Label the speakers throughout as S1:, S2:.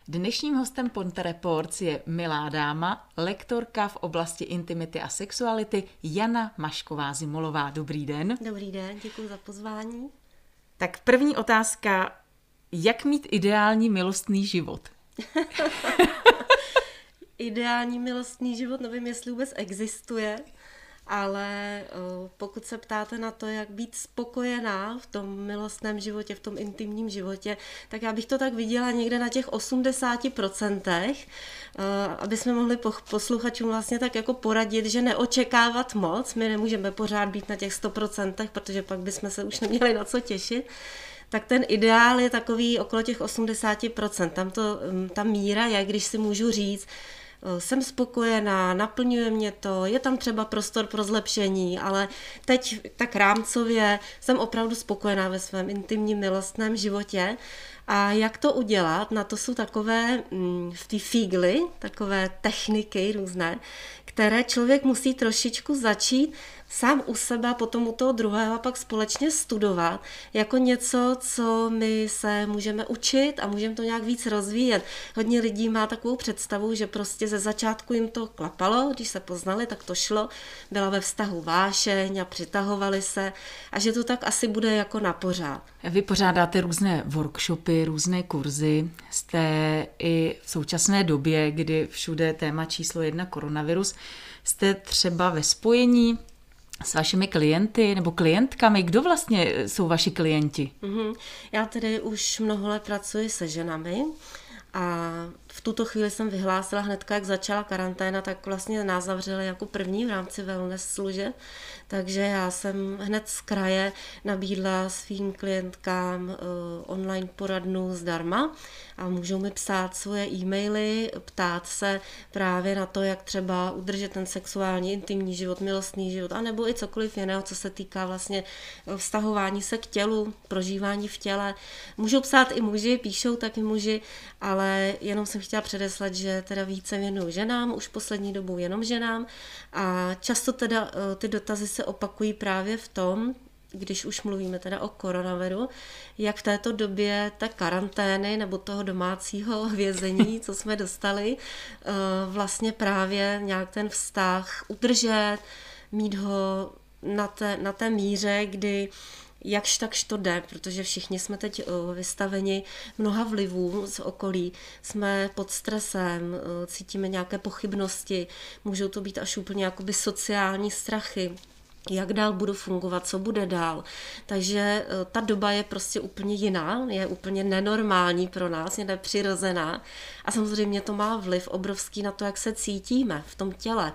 S1: Dnešním hostem Ponte Reports je milá dáma, lektorka v oblasti intimity a sexuality Jana Mašková-Zimolová. Dobrý den.
S2: Dobrý den, děkuji za pozvání.
S1: Tak první otázka, jak mít ideální milostný život?
S2: Ideální milostný život, nevím, jestli vůbec existuje, ale pokud se ptáte na to, jak být spokojená v tom milostném životě, v tom intimním životě, tak já bych to tak viděla někde na těch 80%, aby jsme mohli posluchačům vlastně tak jako poradit, že neočekávat moc, my nemůžeme pořád být na těch 100%, protože pak bychom se už neměli na co těšit. Tak ten ideál je takový okolo těch 80%. Ta míra je, když si můžu říct, jsem spokojená, naplňuje mě to, je tam třeba prostor pro zlepšení, ale teď tak rámcově jsem opravdu spokojená ve svém intimním milostném životě. A jak to udělat? Na to jsou takové v té fígly, takové techniky různé, které člověk musí trošičku začít sám u sebe a potom u toho druhého a pak společně studovat jako něco, co my se můžeme učit a můžeme to nějak víc rozvíjet. Hodně lidí má takovou představu, že prostě ze začátku jim to klapalo, když se poznali, tak to šlo, byla ve vztahu vášeň a přitahovali se a že to tak asi bude jako na pořád.
S1: Vy pořádáte různé workshopy, různé kurzy, jste i v současné době, kdy všude téma číslo 1 koronavirus, jste třeba ve spojení s vašimi klienty nebo klientkami? Kdo vlastně jsou vaši klienti?
S2: Já tedy už mnoho let pracuji se ženami a v tuto chvíli jsem vyhlásila hnedka, jak začala karanténa, tak vlastně nás zavřeli jako první v rámci wellness služeb, takže já jsem hned z kraje nabídla svým klientkám online poradnu zdarma a můžou mi psát svoje e-maily, ptát se právě na to, jak třeba udržet ten sexuální, intimní život, milostný život, anebo i cokoliv jiného, co se týká vlastně vztahování se k tělu, prožívání v těle. Můžou psát i muži, píšou taky muži, ale jenom jsem chtěla předeslat, že teda více věnuju ženám, už poslední dobou jenom ženám a často teda ty dotazy se opakují právě v tom, když už mluvíme teda o koronaviru, jak v této době té karantény nebo toho domácího vězení, co jsme dostali, vlastně právě nějak ten vztah udržet, mít ho na té míře, kdy jakž takž to jde, protože všichni jsme teď vystaveni mnoha vlivů z okolí, jsme pod stresem, cítíme nějaké pochybnosti, můžou to být až úplně jakoby sociální strachy, jak dál budu fungovat, co bude dál. Takže ta doba je prostě úplně jiná, je úplně nenormální pro nás, je nepřirozená a samozřejmě to má vliv obrovský na to, jak se cítíme v tom těle.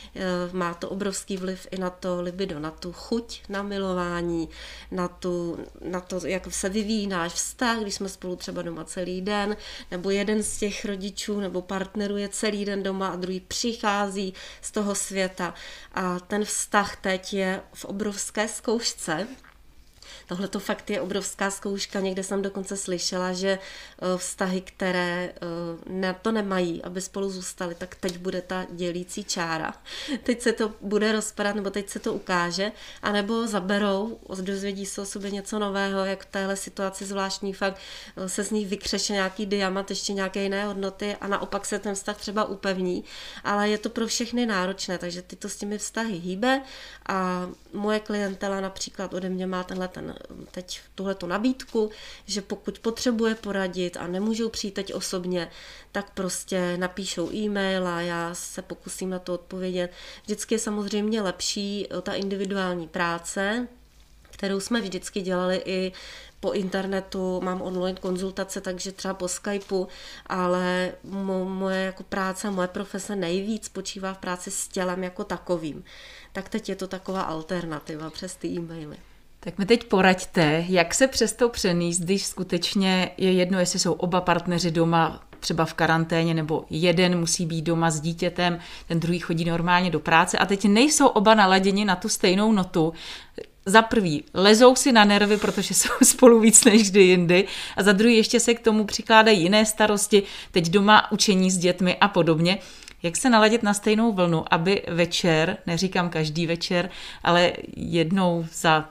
S2: Má to obrovský vliv i na to libido, na tu chuť, na milování, na to, jak se vyvíjí náš vztah, když jsme spolu třeba doma celý den, nebo jeden z těch rodičů nebo partnerů je celý den doma a druhý přichází z toho světa. A ten vztah teď je v obrovské zkoušce. Tohle to fakt je obrovská zkouška, někde jsem dokonce slyšela, že vztahy, které to nemají, aby spolu zůstaly, tak teď bude ta dělící čára. Teď se to bude rozpadat, nebo teď se to ukáže, anebo zaberou, dozvědí se o sobě něco nového, jak v téhle situaci zvláštní fakt se z nich vykřeše nějaký diamant, ještě nějaké jiné hodnoty a naopak se ten vztah třeba upevní, ale je to pro všechny náročné, takže ty to s těmi vztahy hýbe a moje klientela například ode mě má teď tuhletu nabídku, že pokud potřebuje poradit a nemůžou přijít teď osobně, tak prostě napíšou e-mail a já se pokusím na to odpovědět. Vždycky je samozřejmě lepší ta individuální práce, kterou jsme vždycky dělali i po internetu, mám online konzultace, takže třeba po Skypeu, ale moje jako práce, moje profese nejvíc spočívá v práci s tělem jako takovým. Tak teď je to taková alternativa přes ty e-maily.
S1: Tak mi teď poraďte, jak se přes to přenést, když skutečně je jedno, jestli jsou oba partneři doma třeba v karanténě, nebo jeden musí být doma s dítětem, ten druhý chodí normálně do práce a teď nejsou oba naladěni na tu stejnou notu. Za prvý, lezou si na nervy, protože jsou spolu víc než kdy jindy a za druhý ještě se k tomu přikládají jiné starosti, teď doma učení s dětmi a podobně. Jak se naladit na stejnou vlnu, aby večer, neříkám každý večer, ale jednou za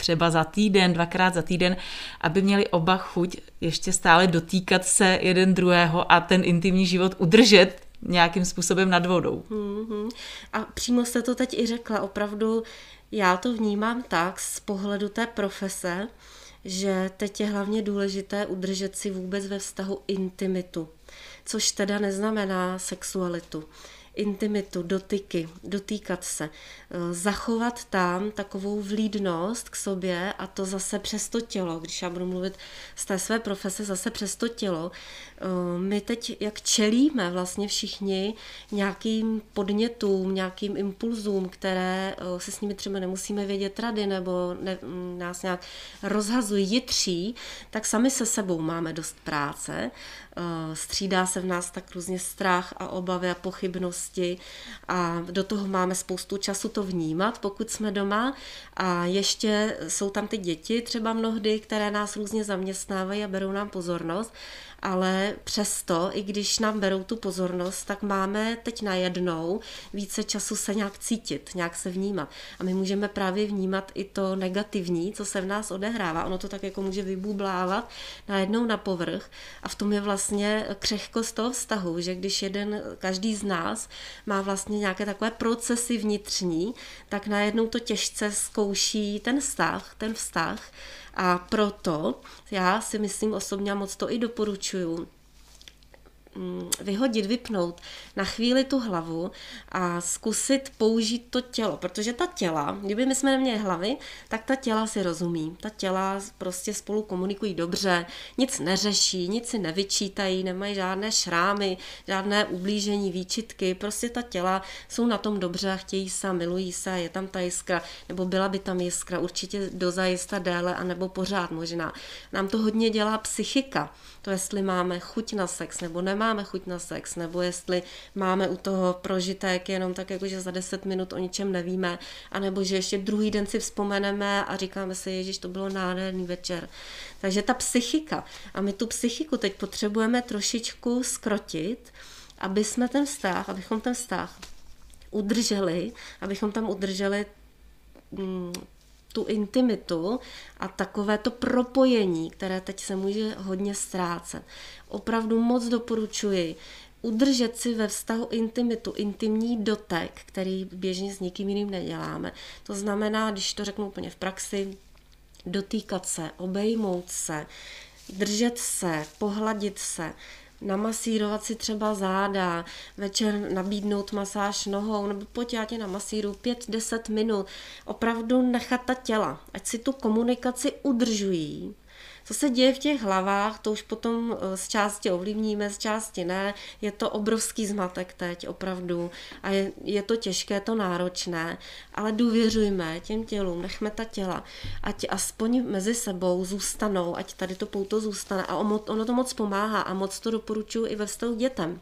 S1: třeba za týden, 2krát za týden, aby měli oba chuť ještě stále dotýkat se jeden druhého a ten intimní život udržet nějakým způsobem nad vodou.
S2: A přímo jste to teď i řekla, opravdu já to vnímám tak z pohledu té profese, že teď je hlavně důležité udržet si vůbec ve vztahu intimitu, což teda neznamená sexualitu. Intimitu, dotyky, dotýkat se, zachovat tam takovou vlídnost k sobě a to zase přes to tělo, když já budu mluvit z té své profese, zase přes to tělo. My teď, jak čelíme vlastně všichni nějakým podnětům, nějakým impulzům, které se s nimi třeba nemusíme vědět rady nebo nás nějak rozhazují, jitří, tak sami se sebou máme dost práce. Střídá se v nás tak různě strach a obavy a pochybnosti a do toho máme spoustu času to vnímat, pokud jsme doma a ještě jsou tam ty děti třeba mnohdy, které nás různě zaměstnávají a berou nám pozornost, ale přesto, i když nám berou tu pozornost, tak máme teď najednou více času se nějak cítit, nějak se vnímat. A my můžeme právě vnímat i to negativní, co se v nás odehrává. Ono to tak jako může vybublávat najednou na povrch a v tom je vlastně křehkost toho vztahu, že když každý z nás má vlastně nějaké takové procesy vnitřní, tak najednou to těžce zkouší ten vztah. A proto já si myslím osobně a moc to i doporučuju, vypnout na chvíli tu hlavu a zkusit použít to tělo, protože ta těla, kdyby my jsme neměli hlavy, tak ta těla si rozumí. Ta těla prostě spolu komunikují dobře, nic neřeší, nic si nevyčítají, nemají žádné šrámy, žádné ublížení, výčitky, prostě ta těla jsou na tom dobře a chtějí se, milují se, je tam ta jiskra, nebo byla by tam jiskra, určitě dozajista déle, anebo pořád možná. Nám to hodně dělá psychika, to jestli máme chuť na sex, nebo nemáme chuť na sex, nebo jestli máme u toho prožitek jenom tak, jako že za 10 minut o ničem nevíme, anebo že ještě druhý den si vzpomeneme a říkáme si, ježiš, to bylo nádherný večer. Takže ta psychika, a my tu psychiku teď potřebujeme trošičku zkrotit, abychom ten vztah udrželi, abychom tam udrželi tu intimitu a takové to propojení, které teď se může hodně ztrácet. Opravdu moc doporučuji udržet si ve vztahu intimitu, intimní dotek, který běžně s nikým jiným neděláme. To znamená, když to řeknu úplně v praxi, dotýkat se, obejmout se, držet se, pohladit se, namasírovat si třeba záda, večer nabídnout masáž nohou, nebo pojď, já tě namasíru 5-10 minut. Opravdu nechat ta těla, ať si tu komunikaci udržují. Co se děje v těch hlavách, to už potom z části ovlivníme, z části ne. Je to obrovský zmatek teď, opravdu. A je to těžké, to náročné, ale důvěřujme těm tělům, nechme ta těla, ať aspoň mezi sebou zůstanou, ať tady to pouto zůstane. A ono to moc pomáhá a moc to doporučuji i ve vztahu k dětem.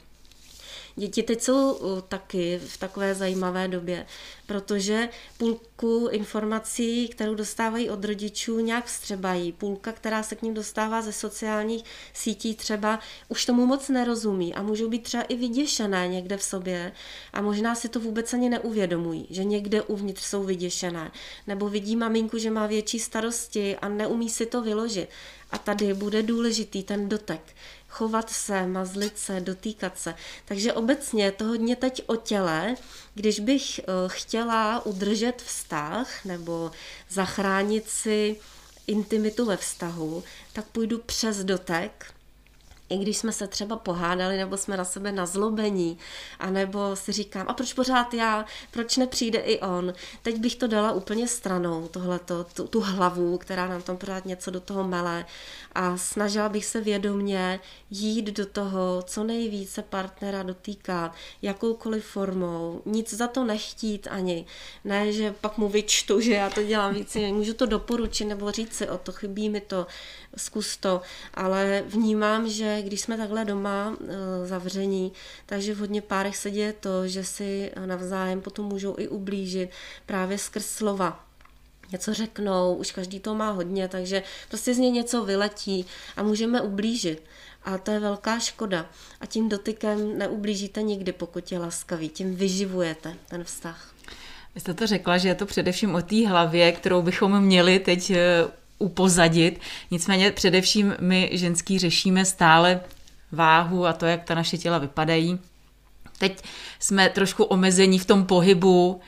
S2: Děti teď jsou taky v takové zajímavé době, protože půlku informací, kterou dostávají od rodičů, nějak vstřebají. Půlka, která se k ním dostává ze sociálních sítí, třeba už tomu moc nerozumí a můžou být třeba i vyděšené někde v sobě a možná si to vůbec ani neuvědomují, že někde uvnitř jsou vyděšené. Nebo vidí maminku, že má větší starosti a neumí si to vyložit. A tady bude důležitý ten dotek. Chovat se, mazlit se, dotýkat se. Takže obecně je to hodně teď o těle. Když bych chtěla udržet vztah nebo zachránit si intimitu ve vztahu, tak půjdu přes dotek. I když jsme se třeba pohádali, nebo jsme na sebe nazlobení, anebo si říkám, a proč pořád já, proč nepřijde i on. Teď bych to dala úplně stranou, tu hlavu, která nám tam pořád něco do toho mele a snažila bych se vědomě jít do toho, co nejvíce partnera dotýkat, jakoukoliv formou, nic za to nechtít ani. Ne, že pak mu vyčtu, že já to dělám víc, můžu to doporučit nebo říct si, o to chybí mi to, zkus to, ale vnímám, že když jsme takhle doma zavření, takže v hodně párech se děje to, že si navzájem potom můžou i ublížit právě skrz slova. Něco řeknou, už každý to má hodně, takže prostě z něj něco vyletí a můžeme ublížit. A to je velká škoda. A tím dotykem neublížíte nikdy, pokud je laskavý, tím vyživujete ten vztah.
S1: Vy jste to řekla, že je to především o té hlavě, kterou bychom měli teď upozadit. Nicméně především my ženský řešíme stále váhu a to, jak ta naše těla vypadají. Teď jsme trošku omezení v tom pohybu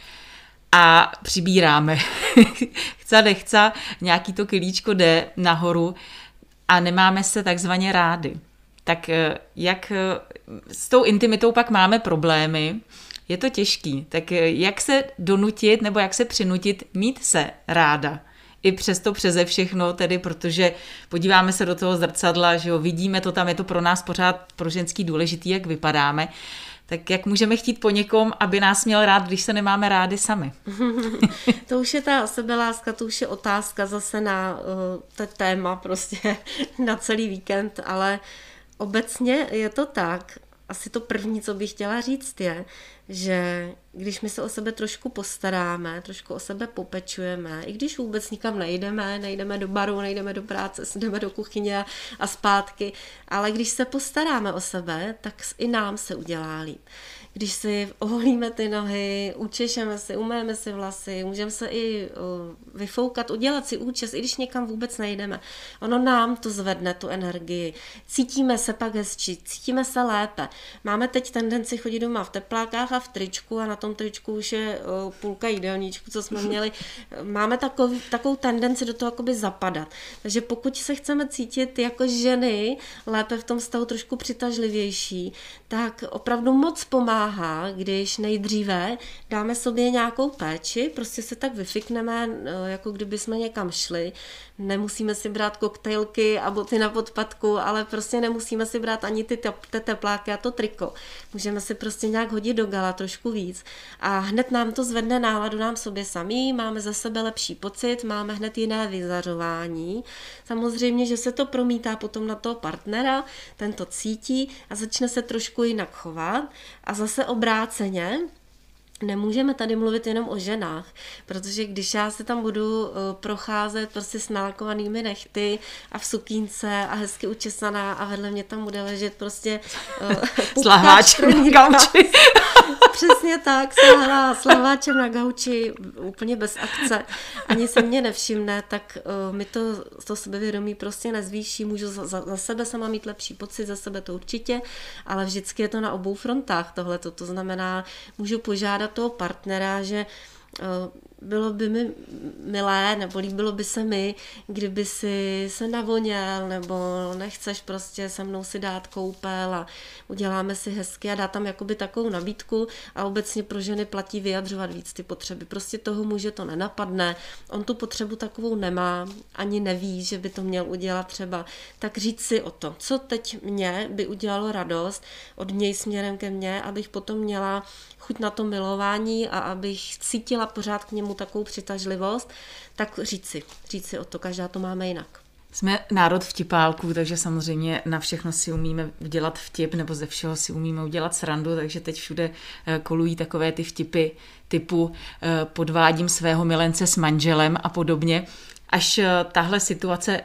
S1: a přibíráme. Chce nechce, nějaký to kilíčko jde nahoru a nemáme se takzvaně rády. Tak jak s tou intimitou pak máme problémy, je to těžký. Tak jak se donutit nebo jak se přinutit mít se ráda? I přesto přeze všechno, tedy protože podíváme se do toho zrcadla, že jo, vidíme to tam, je to pro nás pořád pro ženský důležitý, jak vypadáme. Tak jak můžeme chtít po někom, aby nás měl rád, když se nemáme rádi sami?
S2: To už je ta sebeláska, to už je otázka zase na to téma prostě na celý víkend, ale obecně je to tak, asi to první, co bych chtěla říct je, že když my se o sebe trošku postaráme, trošku o sebe popečujeme, i když vůbec nikam nejdeme do baru, nejdeme do práce, jdeme do kuchyně a zpátky, ale když se postaráme o sebe, tak i nám se udělá líp. Když si oholíme ty nohy, učešeme si, umyjeme si vlasy, můžeme se i vyfoukat, udělat si účes, i když někam vůbec nejdeme. Ono nám to zvedne, tu energii. Cítíme se pak hezčí, cítíme se lépe. Máme teď tendenci chodit doma v teplákách a v tričku a na tom tričku už je půlka jídelníčku, co jsme měli. Máme takovou tendenci do toho jakoby zapadat. Takže pokud se chceme cítit jako ženy lépe v tom stavu trošku přitažlivější, tak opravdu moc pomáhá, když nejdříve dáme sobě nějakou péči, prostě se tak vyfikneme, jako kdyby jsme někam šli. Nemusíme si brát koktejlky a boty na podpatku, ale prostě nemusíme si brát ani ty tepláky a to triko. Můžeme si prostě nějak hodit do gala trošku víc a hned nám to zvedne náladu nám sobě samý, máme za sebe lepší pocit, máme hned jiné vyzařování. Samozřejmě, že se to promítá potom na toho partnera, ten to cítí a začne se trošku jinak chovat a zase obráceně. Nemůžeme tady mluvit jenom o ženách, protože když já se tam budu procházet prostě s nalakovanými nehty a v sukínce a hezky učesaná a vedle mě tam bude ležet prostě
S1: s lahváčem na gauči.
S2: Přesně tak, s lahváčem na gauči, úplně bez akce, ani se mě nevšimne, tak mi to sebevědomí prostě nezvýší, můžu za sebe sama mít lepší pocit, za sebe to určitě, ale vždycky je to na obou frontách tohleto, to znamená, můžu požádat toho partnera, že bylo by mi milé, nebo líbilo by se mi, kdyby si se navoněl, nebo nechceš prostě se mnou si dát koupel a uděláme si hezky a dá tam jakoby takovou nabídku a obecně pro ženy platí vyjadřovat víc ty potřeby. Prostě toho muže to nenapadne, on tu potřebu takovou nemá, ani neví, že by to měl udělat třeba, tak říct si o to, co teď mě by udělalo radost od něj směrem ke mně, abych potom měla chuť na to milování a abych cítila pořád k němu takovou přitažlivost, tak říct si o to, každá to máme jinak.
S1: Jsme národ vtipálků, takže samozřejmě na všechno si umíme udělat vtip, nebo ze všeho si umíme udělat srandu, takže teď všude kolují takové ty vtipy typu podvádím svého milence s manželem a podobně. Až tahle situace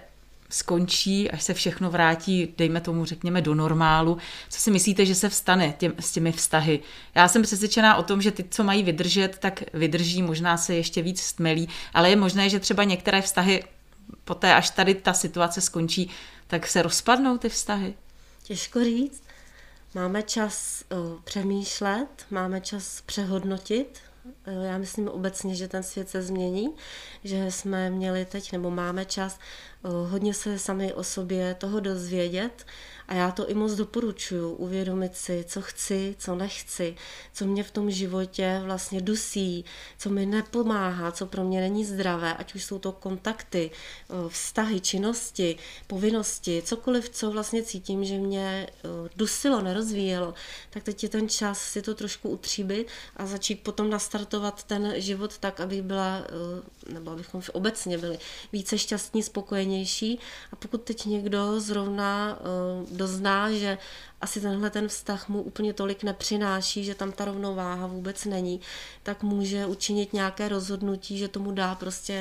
S1: skončí, až se všechno vrátí, dejme tomu, řekněme, do normálu. Co si myslíte, že se vstane s těmi vztahy? Já jsem přesvědčená o tom, že ty, co mají vydržet, tak vydrží, možná se ještě víc stmelí, ale je možné, že třeba některé vztahy poté, až tady ta situace skončí, tak se rozpadnou ty vztahy?
S2: Těžko říct. Máme čas přemýšlet, máme čas přehodnotit. Já myslím obecně, že ten svět se změní, že jsme měli teď, nebo máme čas hodně se sami o sobě toho dozvědět a já to i moc doporučuji, uvědomit si, co chci, co nechci, co mě v tom životě vlastně dusí, co mi nepomáhá, co pro mě není zdravé, ať už jsou to kontakty, vztahy, činnosti, povinnosti, cokoliv, co vlastně cítím, že mě dusilo, nerozvíjelo, tak teď je ten čas si to trošku utříbit a začít potom nastartovat ten život tak, abych byla, nebo abychom obecně byli více šťastní, spokojenější a pokud teď někdo zrovna dozná, že asi ten vztah mu úplně tolik nepřináší, že tam ta rovnováha vůbec není, tak může učinit nějaké rozhodnutí, že tomu dá prostě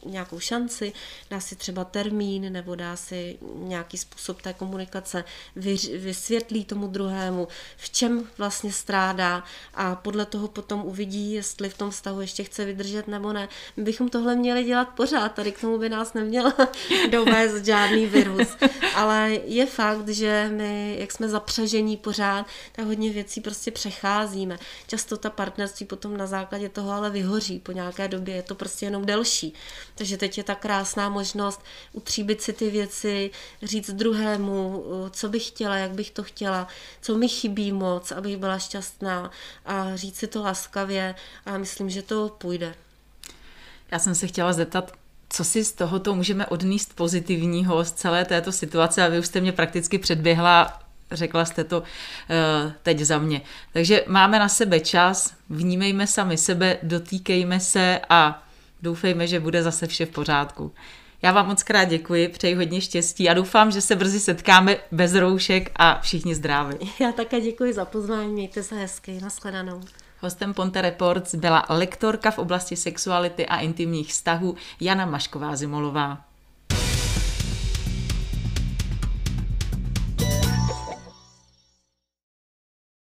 S2: nějakou šanci, dá si třeba termín nebo dá si nějaký způsob té komunikace, vysvětlí tomu druhému, v čem vlastně strádá a podle toho potom uvidí, jestli v tom vztahu ještě chce vydržet nebo ne. My bychom tohle měli dělat pořád, tady k tomu by nás neměl dovést žádný virus, ale je fakt, že my, jak jsme zapřažení pořád, tak hodně věcí prostě přecházíme. Často ta partnerství potom na základě toho ale vyhoří po nějaké době, je to prostě jenom delší. Takže teď je ta krásná možnost utříbit si ty věci, říct druhému, co bych chtěla, jak bych to chtěla, co mi chybí moc, abych byla šťastná a říct si to laskavě a myslím, že to půjde.
S1: Já jsem se chtěla zeptat, co si z tohoto můžeme odníst pozitivního z celé této situace a vy už jste mě prakticky předběhla, řekla jste to teď za mě. Takže máme na sebe čas, vnímejme sami sebe, dotýkejme se a doufejme, že bude zase vše v pořádku. Já vám moc krát děkuji, přeji hodně štěstí a doufám, že se brzy setkáme bez roušek a všichni zdraví.
S2: Já také děkuji za pozvání, mějte se hezky, nashledanou.
S1: Hostem Ponte Reports byla lektorka v oblasti sexuality a intimních vztahů Jana Mašková-Zimolová.